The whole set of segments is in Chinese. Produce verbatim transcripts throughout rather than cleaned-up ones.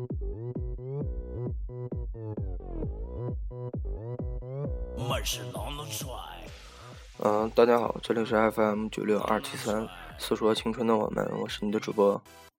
嗯、呃，大家好，这里是 F M 九六二七三，诉说青春的我们，我是你的主播。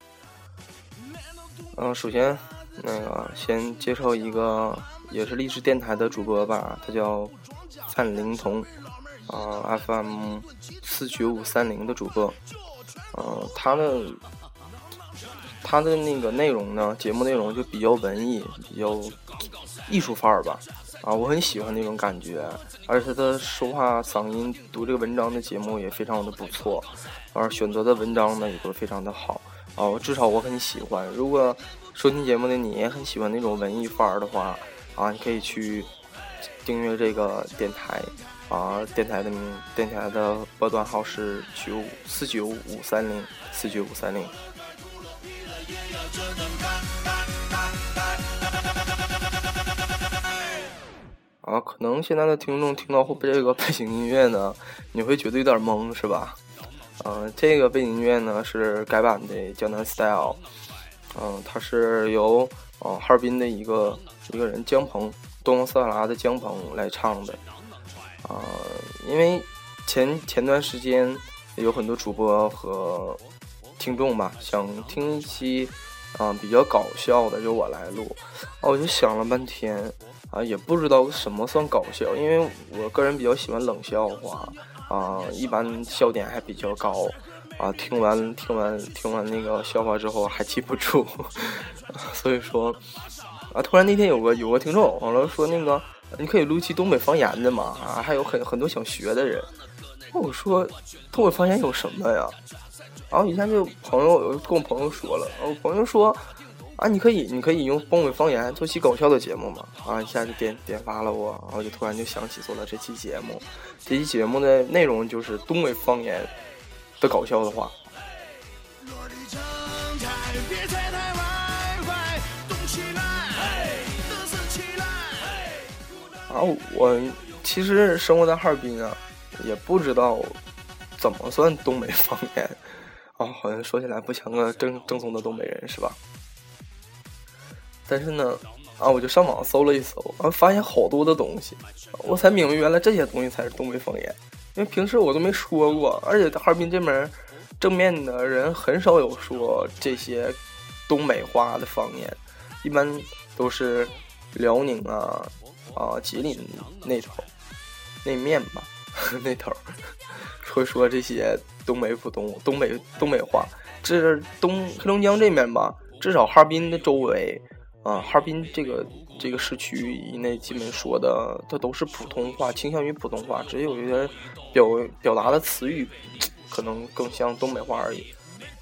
嗯、呃，首先那个先介绍一个也是励志电台的主播吧，他叫范灵童，啊、呃、，F M 四九五三零的主播。呃，他的他的那个内容呢，节目内容就比较文艺，比较艺术范儿吧。啊，我很喜欢那种感觉，而且他的说话嗓音读这个文章的节目也非常的不错，而选择的文章呢也都非常的好啊，至少我很喜欢。如果收听节目的你也很喜欢那种文艺范儿的话啊，你可以去订阅这个电台啊，电台的名电台的拨段号是九四九五三零四九五三零。啊，可能现在的听众听到后这个背景音乐呢，你会觉得有点懵，是吧？嗯、呃，这个背景音乐呢是改版的《江南 Style》，嗯、呃，它是由呃哈尔滨的一个一个人江鹏，东方色拉的江鹏来唱的。啊、呃，因为前前段时间有很多主播和听众吧，想听一期啊、呃、比较搞笑的，由我来录，啊，我就想了半天。啊，也不知道什么算搞笑，因为我个人比较喜欢冷笑话啊，一般笑点还比较高啊。听完听完听完那个笑话之后还记不住，所以说啊，突然那天有个有个听众完了说那个你可以录期东北方言的嘛啊，还有很很多想学的人。我说东北方言有什么呀？然后一下就朋友跟我朋友说了，我朋友说。啊，你可以，你可以用东北方言做期搞笑的节目嘛？啊，一下就点点发了我，然后就突然就想起做了这期节目。这期节目的内容就是东北方言的搞笑的话。啊，我其实生活在哈尔滨啊，也不知道怎么算东北方言。哦，好像说起来不像个正正宗的东北人是吧？但是呢，啊，我就上网搜了一搜，啊，发现好多的东西，我才明白原来这些东西才是东北方言。因为平时我都没说过，而且哈尔滨这门正面的人很少有说这些东北话的方言，一般都是辽宁啊啊吉林那头那面吧那头会说这些东北普通东北东北话。这东黑龙江这面吧，至少哈尔滨的周围。啊，哈尔滨这个这个市区以内基本说的它都是普通话，倾向于普通话，只有一些表表达的词语可能更像东北话而已。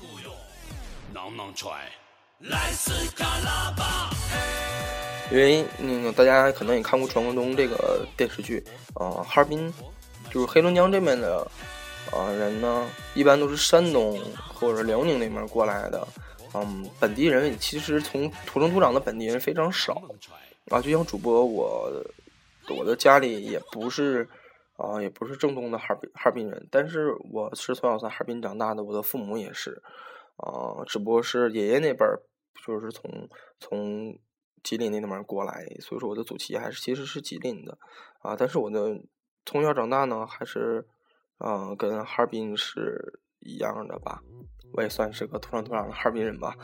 因为那个大家可能也看过传说中这个电视剧啊、呃，哈尔滨就是黑龙江这边的啊、呃、人呢，一般都是山东或者辽宁那边过来的。嗯，本地人其实从土生土长的本地人非常少啊，就像主播我，我的家里也不是啊，也不是正宗的哈尔滨哈尔滨人，但是我是从小在哈尔滨长大的，我的父母也是啊，只不过是爷爷那辈儿就是从从吉林那边过来，所以说我的祖籍还是其实是吉林的啊，但是我的从小长大呢，还是啊跟哈尔滨是一样的吧。我也算是个土生土长的哈尔滨人吧。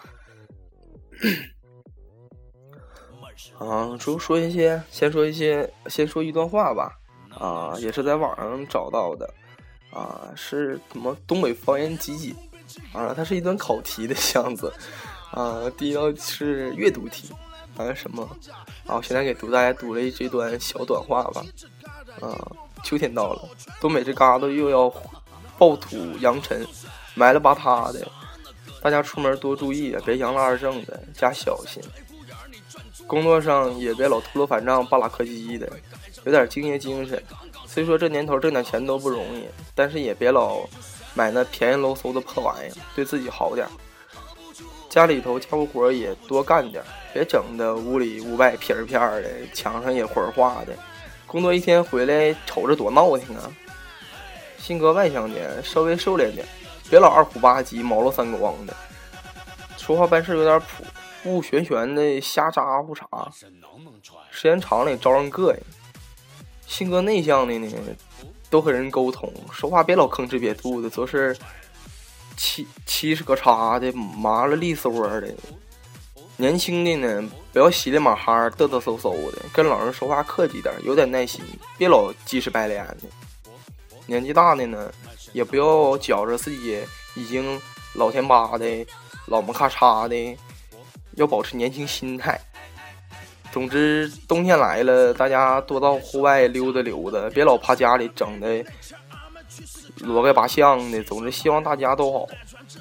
啊，就说一些，先说一些，先说一段话吧。啊，也是在网上找到的。啊，是什么东北方言集锦？啊，它是一段考题的样子。啊，第一道是阅读题。啊，什么？啊，我现在给读大家读了这段小短话吧。啊，秋天到了，东北这旮瘩又要暴土扬尘。埋了吧塌的，大家出门多注意，别扬了二正的，加小心。工作上也别老秃噜反账、巴拉科技的，有点敬业精神。虽说这年头挣点钱都不容易，但是也别老买那便宜喽嗖的破玩意儿，对自己好点。家里头家务活也多干点，别整的屋里屋外片儿片儿的，墙上也灰画的。工作一天回来瞅着多闹挺啊！性格外向点，稍微收敛点。别老二虎八鸡毛了三光的，说话办事有点谱， 不玄玄的瞎咋呼啥，时间长了也招人膈应。性格内向的呢，都和人沟通，说话别老吭哧瘪肚的，就是七七十个叉的，麻了利索的。年轻的呢，不要稀里马哈嘚嘚嗖嗖的，跟老人说话客气点，有点耐心，别老鸡翅白脸的。年纪大的呢，也不要觉着自己已经老天巴的、老么咔嚓的，要保持年轻心态。总之，冬天来了，大家多到户外溜达溜达，别老趴家里整的罗盖八象的。总之，希望大家都好。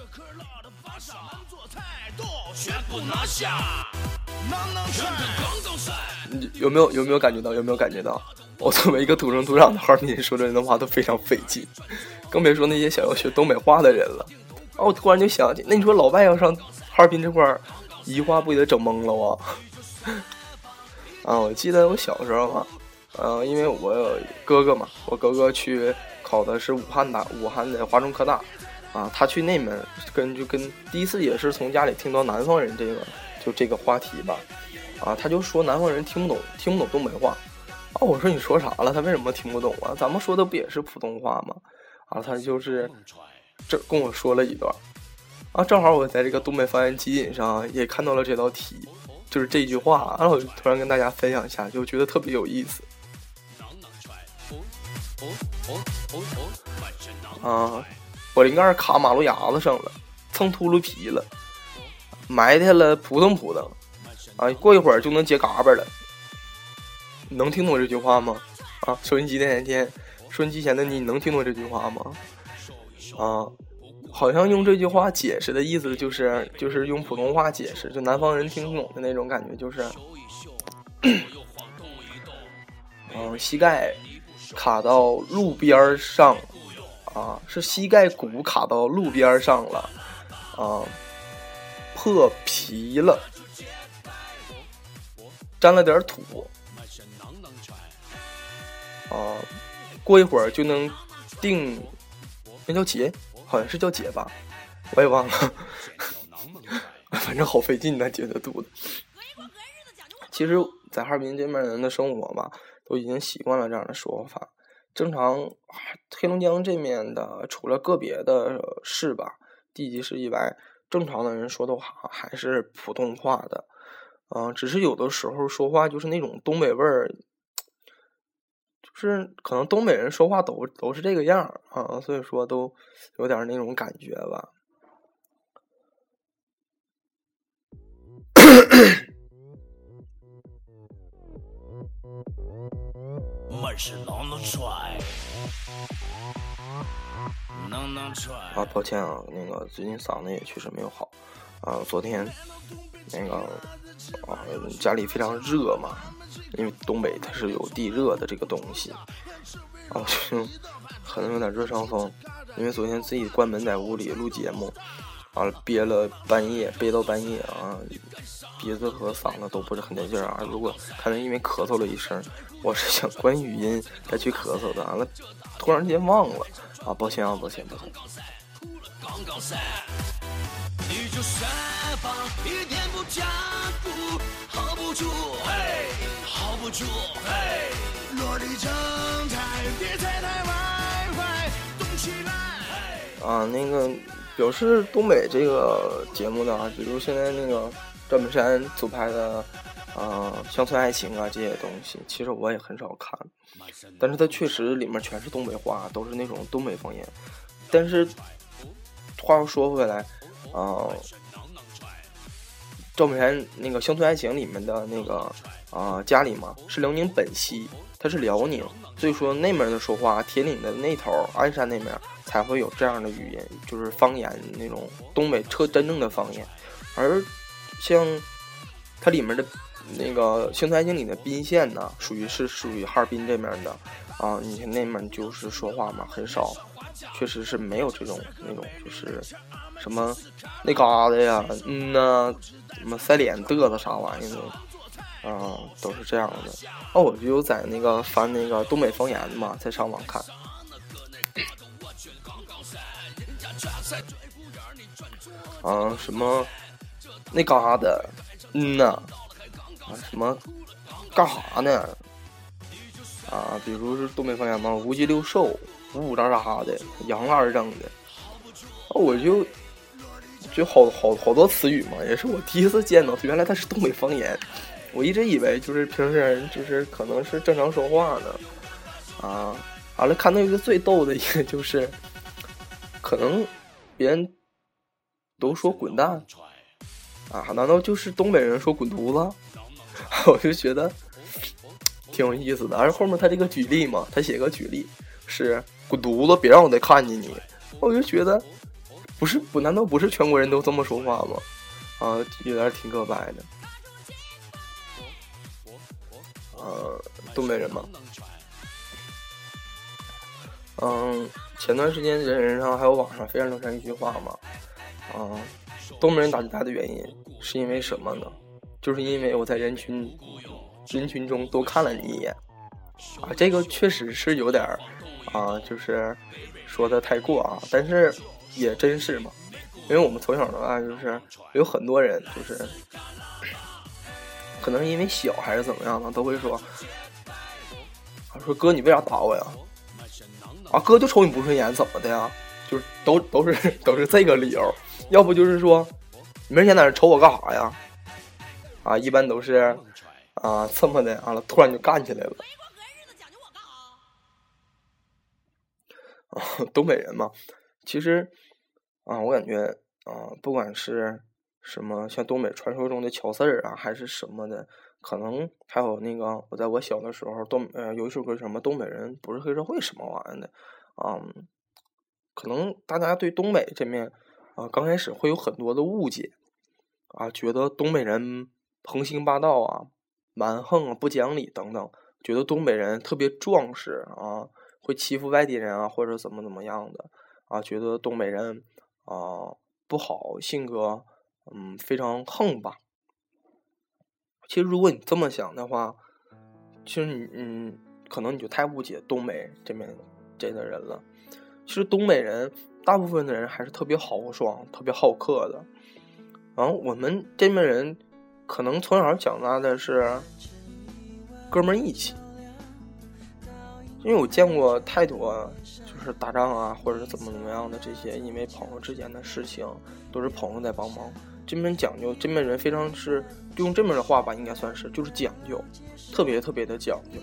有没有有没有感觉到？有没有感觉到？我作为一个土生土长的哈尔滨人，说这人的话都非常费劲，更别说那些想要学东北话的人了。啊，我突然就想起，那你说老外要上哈尔滨这块儿，一句话不也得整懵了啊？啊，我记得我小时候嘛，呃，因为我有哥哥嘛，我哥哥去考的是武汉大，武汉的华中科大，啊，他去那门跟就跟第一次也是从家里听到南方人这个就这个话题吧，啊，他就说南方人听不懂听不懂东北话，啊，我说你说啥了？他为什么听不懂啊？咱们说的不也是普通话吗？啊，他就是这跟我说了一段，啊，正好我在这个东北方言集锦上也看到了这道题。就是这句话，然后我突然跟大家分享一下，就觉得特别有意思。啊，我灵盖卡马路牙子上了，蹭秃噜皮了，埋汰了扑腾扑腾，啊，过一会儿就能结嘎巴了。能听懂这句话吗？啊，收音机那天，收音机前的你能听懂这句话吗？啊。好像用这句话解释的意思就是就是用普通话解释，就南方人听不懂的那种感觉，就是嗯，膝盖卡到路边上啊，是膝盖骨卡到路边上了啊，破皮了，沾了点土啊，过一会儿就能定，那叫结。好像是叫解吧，我也忘了，反正好费劲的解的肚子。其实，在哈尔滨这边人的生活吧，都已经习惯了这样的说法。正常，黑龙江这面的，除了个别的市吧，地级市以外，正常的人说的话还是普通话的。嗯、呃，只是有的时候说话就是那种东北味儿。就是可能东北人说话都都是这个样啊，所以说都有点那种感觉吧。啊，抱歉啊，那个最近嗓子也确实没有好啊，昨天那个啊家里非常热嘛。因为东北它是有地热的这个东西，啊，可能有点热伤风。因为昨天自己关门在屋里录节目，啊，憋了半夜，憋到半夜啊，鼻子和嗓子都不是很得劲啊。如果可能因为咳嗽了一声，我是想关语音再去咳嗽的，完了突然间忘了啊，抱歉啊，抱歉，抱歉。你就散发一点不加固 hold 不住，嘿 hold 不住，嘿落地正太别太太歪歪动起来啊。那个表示东北这个节目呢，比如现在那个赵本山组拍的啊乡村爱情啊这些东西，其实我也很少看，但是它确实里面全是东北话，都是那种东北方言。但是话又说回来啊、呃，赵本山那个乡村爱情里面的那个啊、呃、家里嘛是辽宁本溪，它是辽宁，所以说那面的说话，铁岭的那头鞍山那面才会有这样的语言，就是方言那种东北车真正的方言。而像它里面的那个乡村爱情里的宾县呢，属于是属于哈尔滨这面的啊，你看那面就是说话嘛很少，确实是没有这种那种就是什么那嘎达呀，嗯呐，什么塞脸嘚瑟啥玩意的，啊，都是这样的。哦，我就在那个翻那个东北方言嘛，在上网看。啊，什么那嘎达嗯呐，啊什么干哈呢？啊，比如是东北方言嘛，五鸡六兽，五五喳喳的，洋二正的，我就就好好好多词语嘛，也是我第一次见到，原来它是东北方言。我一直以为就是平时人就是可能是正常说话呢，啊，完了看到一个最逗的一个就是，可能别人都说滚蛋，啊，难道就是东北人说滚犊子？我就觉得挺有意思的。而后面他这个举例嘛，他写个举例是滚犊子，别让我再看见你。我就觉得不是不，难道不是全国人都这么说话吗？啊，有点挺个白的。呃，东北人嘛，嗯，前段时间人人上还有网上非常流传一句话嘛，啊、嗯，东北人打架的原因是因为什么呢？就是因为我在人群人群中多看了你一眼，啊，这个确实是有点啊，就是说的太过啊，但是也真是嘛，因为我们从小的话就是有很多人就是。可能因为小还是怎么样呢，都会说，说哥你为啥打我呀？啊哥就瞅你不顺眼，怎么的呀？就是都都是都是这个理由，要不就是说，你明天在那瞅我干啥呀？啊，一般都是啊这么的，完了突然就干起来了。啊，东北人嘛，其实啊，我感觉啊，不管是。什么像东北传说中的乔四儿啊，还是什么的，可能还有那个我在我小的时候，东呃有一首歌什么东北人不是黑社会什么玩意儿的，嗯，可能大家对东北这面啊刚开始会有很多的误解啊，觉得东北人横行霸道啊、蛮横啊、不讲理等等，觉得东北人特别壮实啊，会欺负外地人啊，或者怎么怎么样的啊，觉得东北人啊不好，性格。嗯，非常横吧。其实，如果你这么想的话，其实你嗯，可能你就太误解东北这边这的人了。其实东北人大部分的人还是特别豪爽、特别好客的。然后我们这边人可能从小长大的是哥们儿义气，因为我见过太多就是打仗啊，或者是怎么怎么样的这些，因为朋友之间的事情都是朋友在帮忙。这边讲究，这边人非常是用这边的话吧，应该算是就是讲究，特别特别的讲究，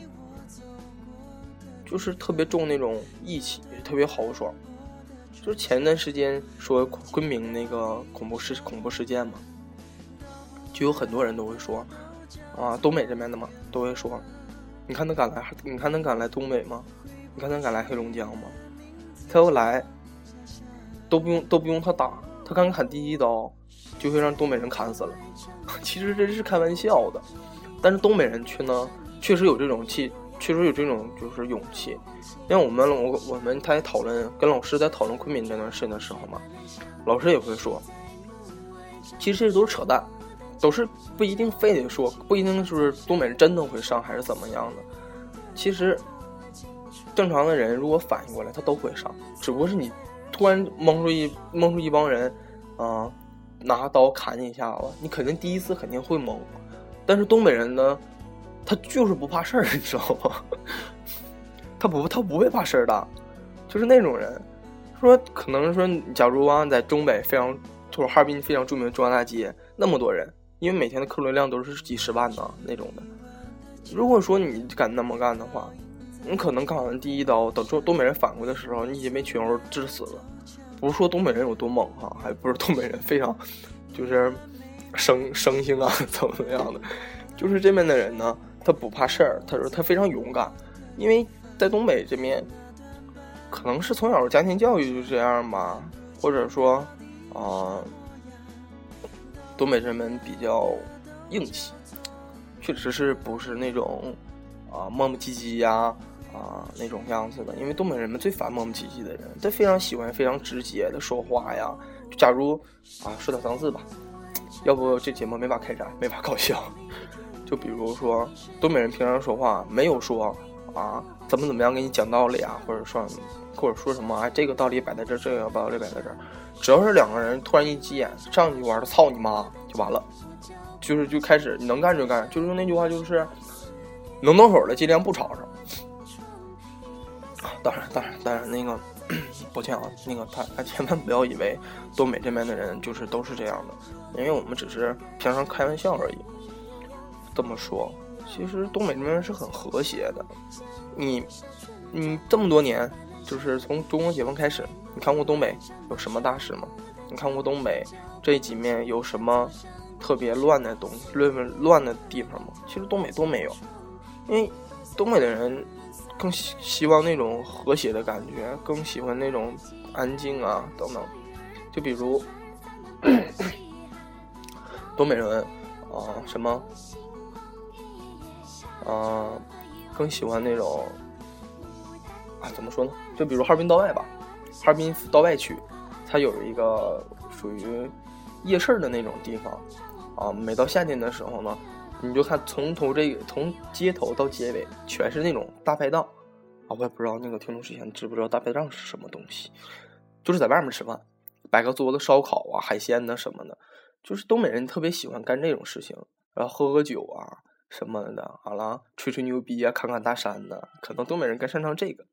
就是特别重那种义气，特别豪爽。就是前段时间说昆明那个恐怖事恐怖事件嘛，就有很多人都会说啊，东北这边的嘛都会说，你看他敢来，你看他敢来东北吗？你看他敢来黑龙江吗？他要来都不用都不用他打，他刚砍第一刀就会让东北人砍死了。其实这是开玩笑的，但是东北人却呢确实有这种气，确实有这种就是勇气。因为我们我我们在讨论跟老师在讨论昆明这段事的时候嘛，老师也会说，其实这都是扯淡，都是不一定非得说，不一定就是东北人真的会上还是怎么样的。其实正常的人如果反应过来，他都会上，只不过是你突然蒙出一蒙出一帮人啊、呃，拿刀砍你一下子，你肯定第一次肯定会懵。但是东北人呢，他就是不怕事儿，你知道吗？他不他不会怕事儿的，就是那种人。说可能说，假如啊，在东北非常就是哈尔滨非常著名的中央大街，那么多人，因为每天的客流量都是几十万呢那种的。如果说你敢那么干的话，你可能砍完第一刀，等东北人反过的时候，你已经被群殴致死了。不是说东北人有多猛哈，还不是东北人非常就是生生性啊怎么怎么样的，就是这边的人呢，他不怕事儿，他说他非常勇敢，因为在东北这边，可能是从小家庭教育就这样吧，或者说啊、呃，东北人们比较硬气，确实是不是那种啊、呃、磨磨唧唧呀。啊，那种样子的，因为东北人们最烦磨磨唧唧的人，他非常喜欢非常直接的说话呀。假如啊，说点脏字吧，要不这节目没法开展，没法搞笑。就比如说，东北人平常说话没有说啊怎么怎么样给你讲道理啊，或者说或者说什么啊这个道理摆在这儿，这个道理摆在这儿，只要是两个人突然一急眼，上一句玩的操你妈就完了， 就是就开始你能干就干，就是那句话就是能动手的尽量不吵吵。当然当然当然那个抱歉啊，那个他他千万不要以为东北这边的人就是都是这样的，因为我们只是平常开玩笑而已。这么说，其实东北这边是很和谐的。你你这么多年，就是从中国解放开始，你看过东北有什么大事吗？你看过东北这几面有什么特别乱的东乱乱的地方吗？其实东北都没有，因为东北的人更希希望那种和谐的感觉，更喜欢那种安静啊等等。就比如东北人啊、呃、什么啊、呃、更喜欢那种啊怎么说呢？就比如哈尔滨道外吧，哈尔滨道外区，它有一个属于夜市的那种地方啊。每到夏天的时候呢，你就看从头这个从街头到街尾全是那种大排档啊。我也不知道那个听众之前知不知道大排档是什么东西，就是在外面吃饭，摆个桌子烧烤啊、海鲜的什么的，就是东北人特别喜欢干这种事情，然后喝喝酒啊什么的，好了，吹吹牛逼啊，看看大山的，可能东北人更擅长这个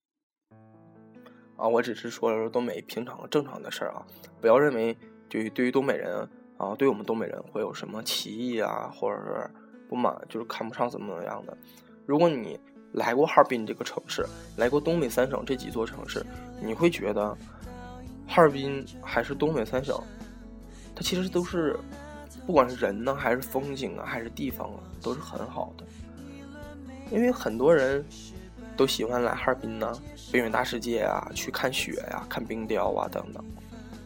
啊。我只是说了东北平常正常的事儿啊，不要认为对于对于东北人啊，对我们东北人会有什么歧义啊，或者是不满，就是看不上怎么怎么样的。如果你来过哈尔滨这个城市，来过东北三省这几座城市，你会觉得哈尔滨还是东北三省，它其实都是不管是人呢，还是风景啊，还是地方啊，都是很好的。因为很多人都喜欢来哈尔滨呢，北远大世界啊，去看雪呀、啊、看冰雕啊等等。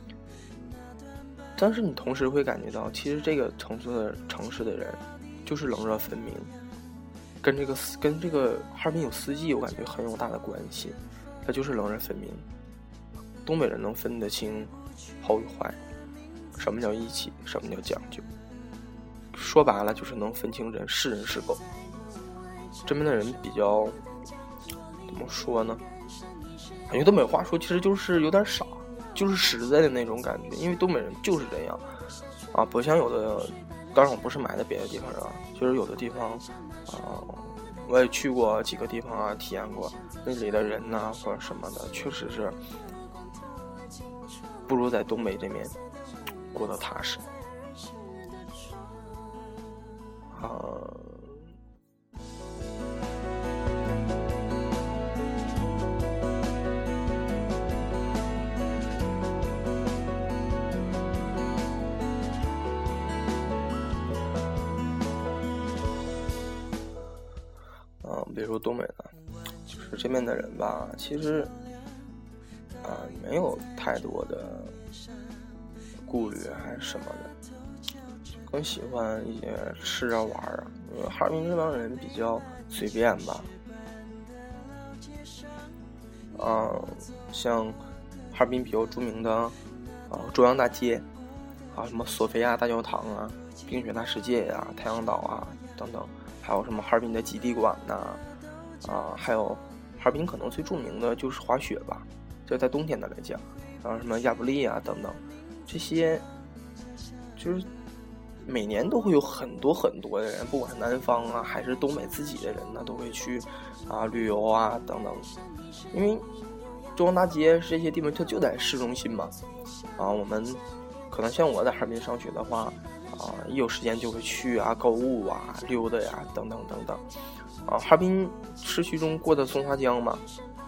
但是你同时会感觉到，其实这个城市的城市的人就是冷热分明，跟这个跟这个哈尔滨有四季，我感觉很有大的关系。它就是冷热分明，东北人能分得清好与坏，什么叫义气，什么叫讲究。说白了就是能分清人是人是狗。这边的人比较怎么说呢？感觉东北话说其实就是有点傻，就是实在的那种感觉。因为东北人就是这样啊，不像有的，当然我不是埋在别的地方啊，就是有的地方啊，我也去过几个地方啊，体验过那里的人呐、啊、或者什么的，确实是不如在东北这边过得踏实啊。比如东北的，就是这边的人吧，其实啊没有太多的顾虑还是什么的，更喜欢一些吃啊玩啊。因为哈尔滨这帮人比较随便吧，啊，像哈尔滨比较著名的啊中央大街啊，什么索菲亚大教堂啊、冰雪大世界呀、啊、太阳岛啊等等，还有什么哈尔滨的基地馆呐、啊。啊，还有哈尔滨可能最著名的就是滑雪吧，就在冬天的来讲，然后什么亚布力啊等等，这些就是每年都会有很多很多的人，不管是南方啊还是东北自己的人呢，都会去啊旅游啊等等。因为中央大街这些地方它就在市中心嘛，啊，我们可能像我在哈尔滨上学的话，啊，一有时间就会去啊购物啊溜达呀等等等等。啊，哈尔滨市区中过的松花江嘛，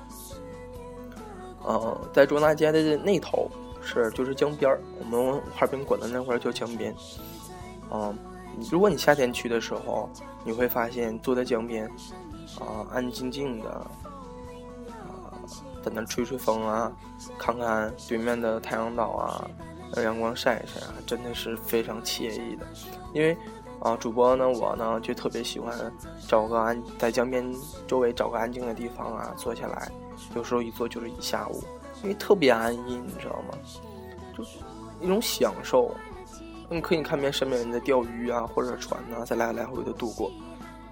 呃，在中央大街的那头是就是江边儿，我们哈尔滨管的那块叫江边。啊、呃，如果你夏天去的时候，你会发现坐在江边，啊、呃，安安静静的，啊、呃，在那吹吹风啊，看看对面的太阳岛啊，让阳光晒一晒啊，真的是非常惬意的，因为。啊，主播呢，我呢就特别喜欢找个安在江边周围找个安静的地方啊，坐下来，有时候一坐就是一下午，因为特别安逸，你知道吗？就是一种享受。你可以看见身边人在钓鱼啊，或者船啊，在来来回的度过。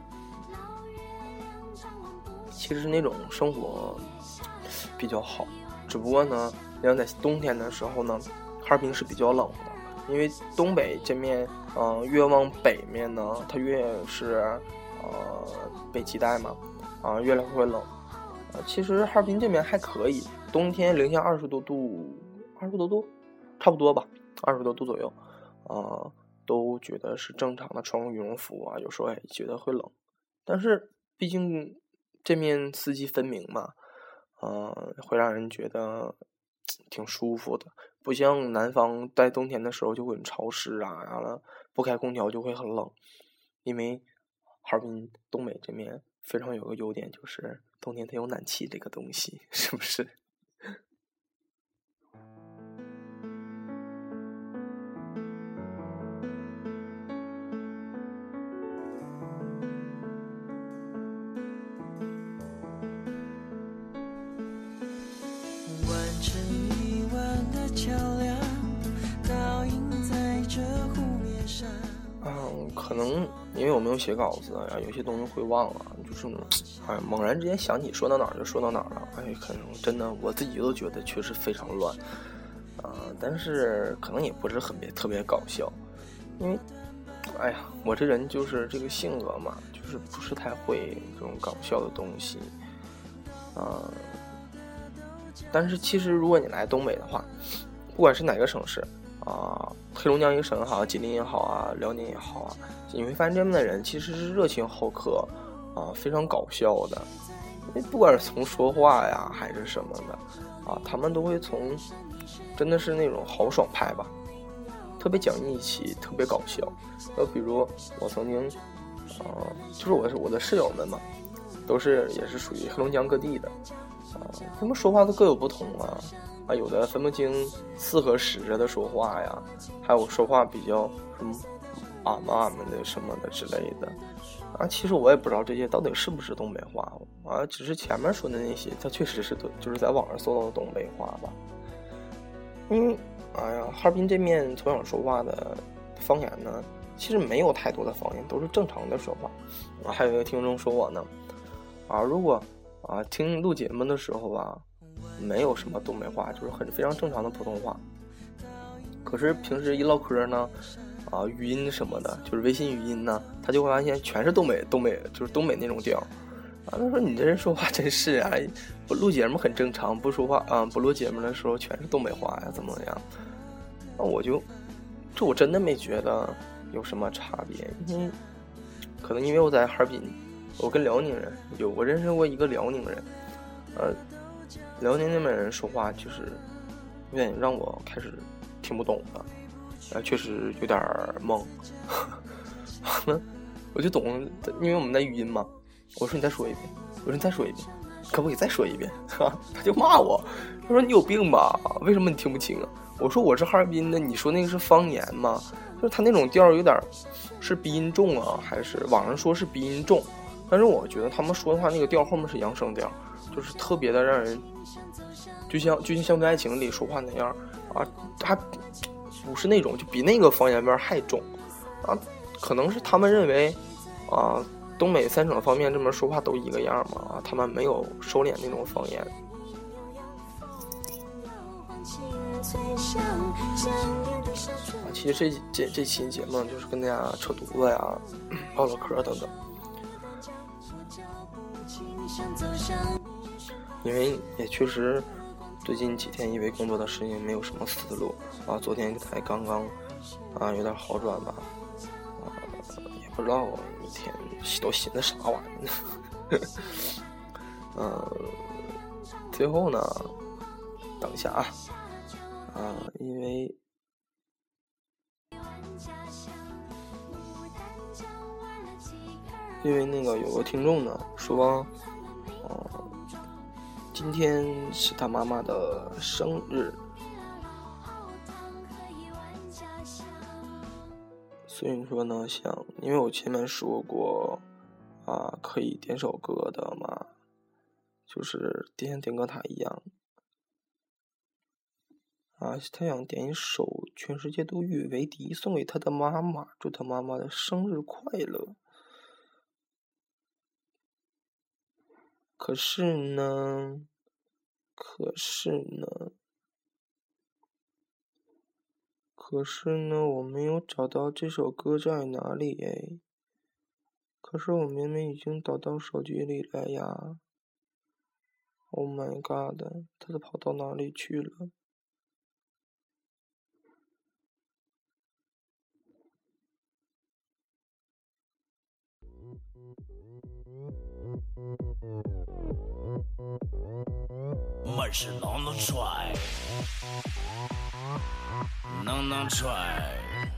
其实那种生活比较好，只不过呢，要在冬天的时候呢，哈尔滨是比较冷的。 因为东北这面，嗯、呃，越往北面呢，它越是呃北极带嘛，啊、呃，越来越会冷。呃，其实哈尔滨这边还可以，冬天零下二十多度，二十多度，差不多吧，二十多度左右，啊、呃，都觉得是正常的，穿个羽绒服啊，有时候也觉得会冷，但是毕竟这面四季分明嘛，呃，会让人觉得挺舒服的，不像南方在冬天的时候就会很潮湿啊，然后呢不开空调就会很冷，因为哈尔滨东北这面非常有个优点，就是冬天它有暖气这个东西，是不是？ 完成一万的桥梁，倒映在这湖面上。 嗯，可能因为我没有写稿子呀，有些东西会忘了，就是哎，猛然之间想起说到哪儿就说到哪儿了，哎，可能真的我自己都觉得确实非常乱，啊、呃，但是可能也不是很别特别搞笑，因为，哎呀，我这人就是这个性格嘛，就是不是太会这种搞笑的东西，啊、呃，但是其实如果你来东北的话，不管是哪个省市。啊，黑龙江一省也好，吉林也好啊，辽宁也好啊，你会发现这边的人其实是热情好客啊，非常搞笑的。因为不管是从说话呀还是什么的啊，他们都会从真的是那种豪爽派吧，特别讲义气，特别搞笑。就比如我曾经，呃，就是我是我的室友们嘛，都是也是属于黑龙江各地的啊，他们说话都各有不同啊。啊，有的分不清四和十的说话呀，还有说话比较什么俺们俺们的什么的之类的啊。其实我也不知道这些到底是不是东北话啊，只是前面说的那些，它确实是就是在网上搜到的东北话吧。因为哎呀，哈尔滨这面从小说话的方言呢，其实没有太多的方言，都是正常的说话啊。还有一个听众说我呢，啊，如果啊听录节目的时候吧。没有什么东北话，就是很非常正常的普通话。可是平时一唠嗑呢，啊，语音什么的，就是微信语音呢，他就会发现全是东北东北，就是东北那种调。啊，他说你这人说话真是啊，不录节目很正常，不说话啊，不录节目的时候全是东北话呀，怎么样？那我就，这我真的没觉得有什么差别，因为可能因为我在哈尔滨，我跟辽宁人有我认识过一个辽宁人，呃。辽宁那边人说话就是有点让我开始听不懂了，呃，确实有点懵。我就懂，因为我们在语音嘛。我说你再说一遍，我说你再说一遍，可不可以再说一遍？他就骂我，他说你有病吧？为什么你听不清啊？我说我是哈尔滨的，你说那个是方言吗？就是他那种调有点是鼻音重啊，还是网上说是鼻音重？但是我觉得他们说的话那个调后面是扬声调。就是特别的让人，就像就像《乡村爱情》里说话那样啊，他不是那种，就比那个方言味还重啊。可能是他们认为啊，东北三省方面这么说话都一个样嘛啊，他们没有收敛那种方言。啊，其实这这这期节目就是跟大家扯犊子呀、唠唠嗑等等。因为也确实最近几天因为工作的事情没有什么思路啊，昨天才刚刚啊有点好转吧，啊也不知道一天都寻思啥玩意儿呢。呃，最后呢，等一下啊啊，因为因为那个有个听众呢说，呃。今天是他妈妈的生日，所以说呢，想因为我前面说过啊，可以点首歌的嘛，就是点点歌塔一样啊，他想点一首《全世界都与为敌》送给他的妈妈，祝他妈妈的生日快乐。可是呢，可是呢。 可是呢，我没有找到这首歌在哪里哎。可是我明明已经导到手机里了呀。Oh my god， 它都跑到哪里去了？ 门是能能踹，能能踹。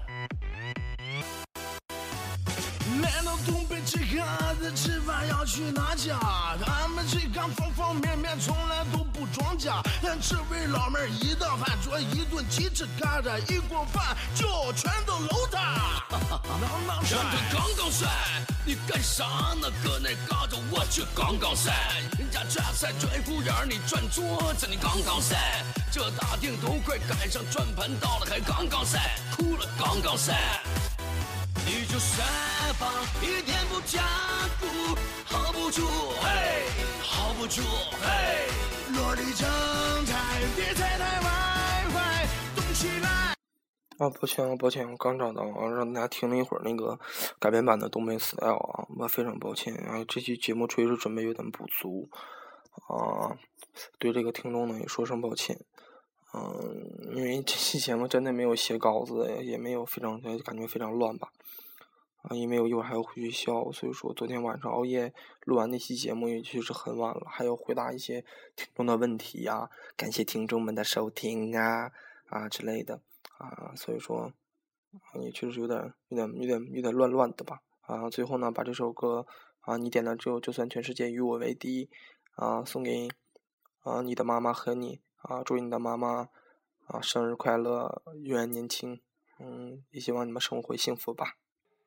来到东北这孩子吃饭要去哪家？他们这行方方面面从来都不装假。但这位老妹儿一到饭桌一顿鸡翅疙瘩，一锅饭就全都搂他。能能踹，他刚刚帅，你干啥呢？搁那嘎着我去刚刚晒。人家这菜拽鼓眼，你转桌子你刚刚晒。这大腚都快赶上转盘到了，还刚刚晒，哭了刚刚晒。你就晒吧，一点不加固 ，hold 不住，嘿 ，hold 不住，嘿，落地正太，别踩太歪歪，动起来。 啊，抱歉啊，抱歉，我刚找到啊，让大家听了一会儿那个改编版的东北 style 啊，我非常抱歉啊，这期节目确实准备有点不足啊，对这个听众呢也说声抱歉。嗯，因为这期节目真的没有写稿子，也没有非常感觉非常乱吧。啊，因为我一会儿还要回学校，所以说昨天晚上熬夜录完那期节目也确实很晚了，还要回答一些听众的问题呀、啊，感谢听众们的收听啊啊之类的啊，所以说啊也确实有点有点有点有点乱乱的吧啊。最后呢，把这首歌啊你点了之后，就算全世界与我为敌啊，送给啊你的妈妈和你。啊，祝你的妈妈啊生日快乐，永远年轻。嗯，也希望你们生活幸福吧。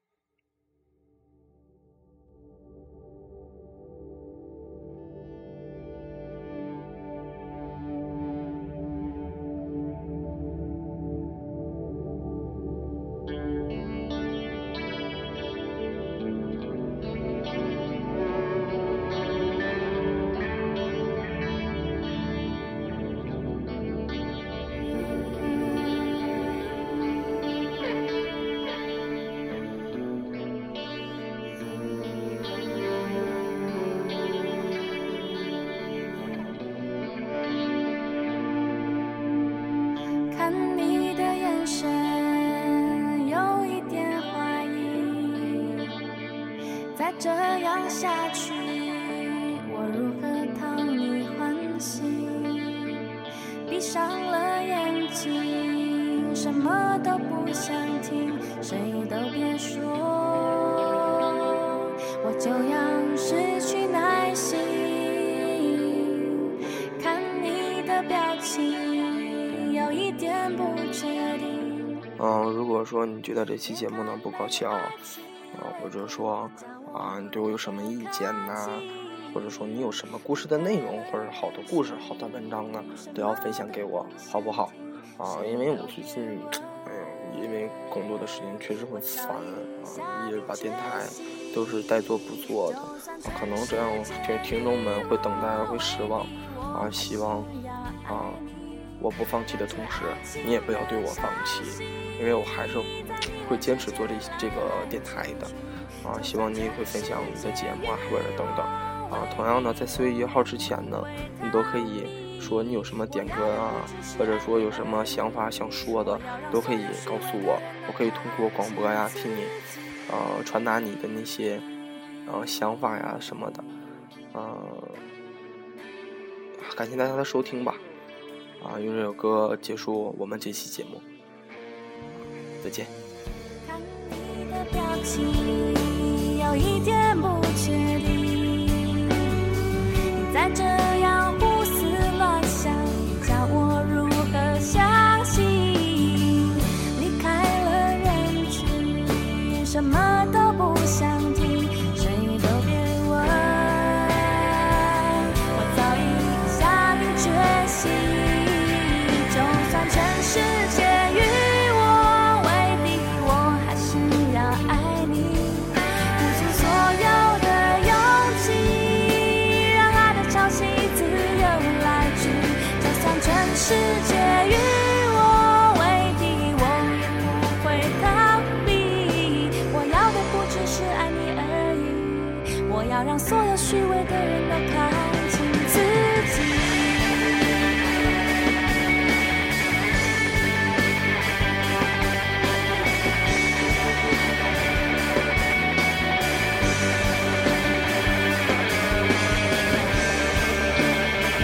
这样下去，我如何讨你欢喜？闭上了眼睛，什么都不想听，谁都别说，我就要失去耐心。看你的表情，有一点不确定。 嗯，如果说你觉得这期节目呢不搞笑，啊，或者说啊，你对我有什么意见呐？或者说你有什么故事的内容，或者好的故事、好的文章呢，都要分享给我，好不好？啊，因为我最近，哎呦，因为工作的事情确实很烦啊，一直把电台都是带做不做的，啊，可能这样听听众们会等待，会失望啊，希望啊，我不放弃的同时，你也不要对我放弃，因为我还是会坚持做这这个电台的。啊，希望你也会分享你的节目啊，或者等等啊。同样呢，在四月一号之前呢，你都可以说你有什么点歌啊，或者说有什么想法想说的，都可以告诉我，我可以通过广播呀替你呃传达你的那些呃想法呀什么的。呃，感谢大家的收听吧。啊，用这首歌结束我们这期节目，再见。 看你的表情，有一点不确定，你在这样胡思乱想，叫我如何相信？离开了人群，什么都不想听，谁都别问，我早已下定决心，就算全世界与我为敌，我还是要爱你，付出所有的勇气，让爱的潮汐自由来去，就算全世界与我为敌，我要让所有虚伪的人都看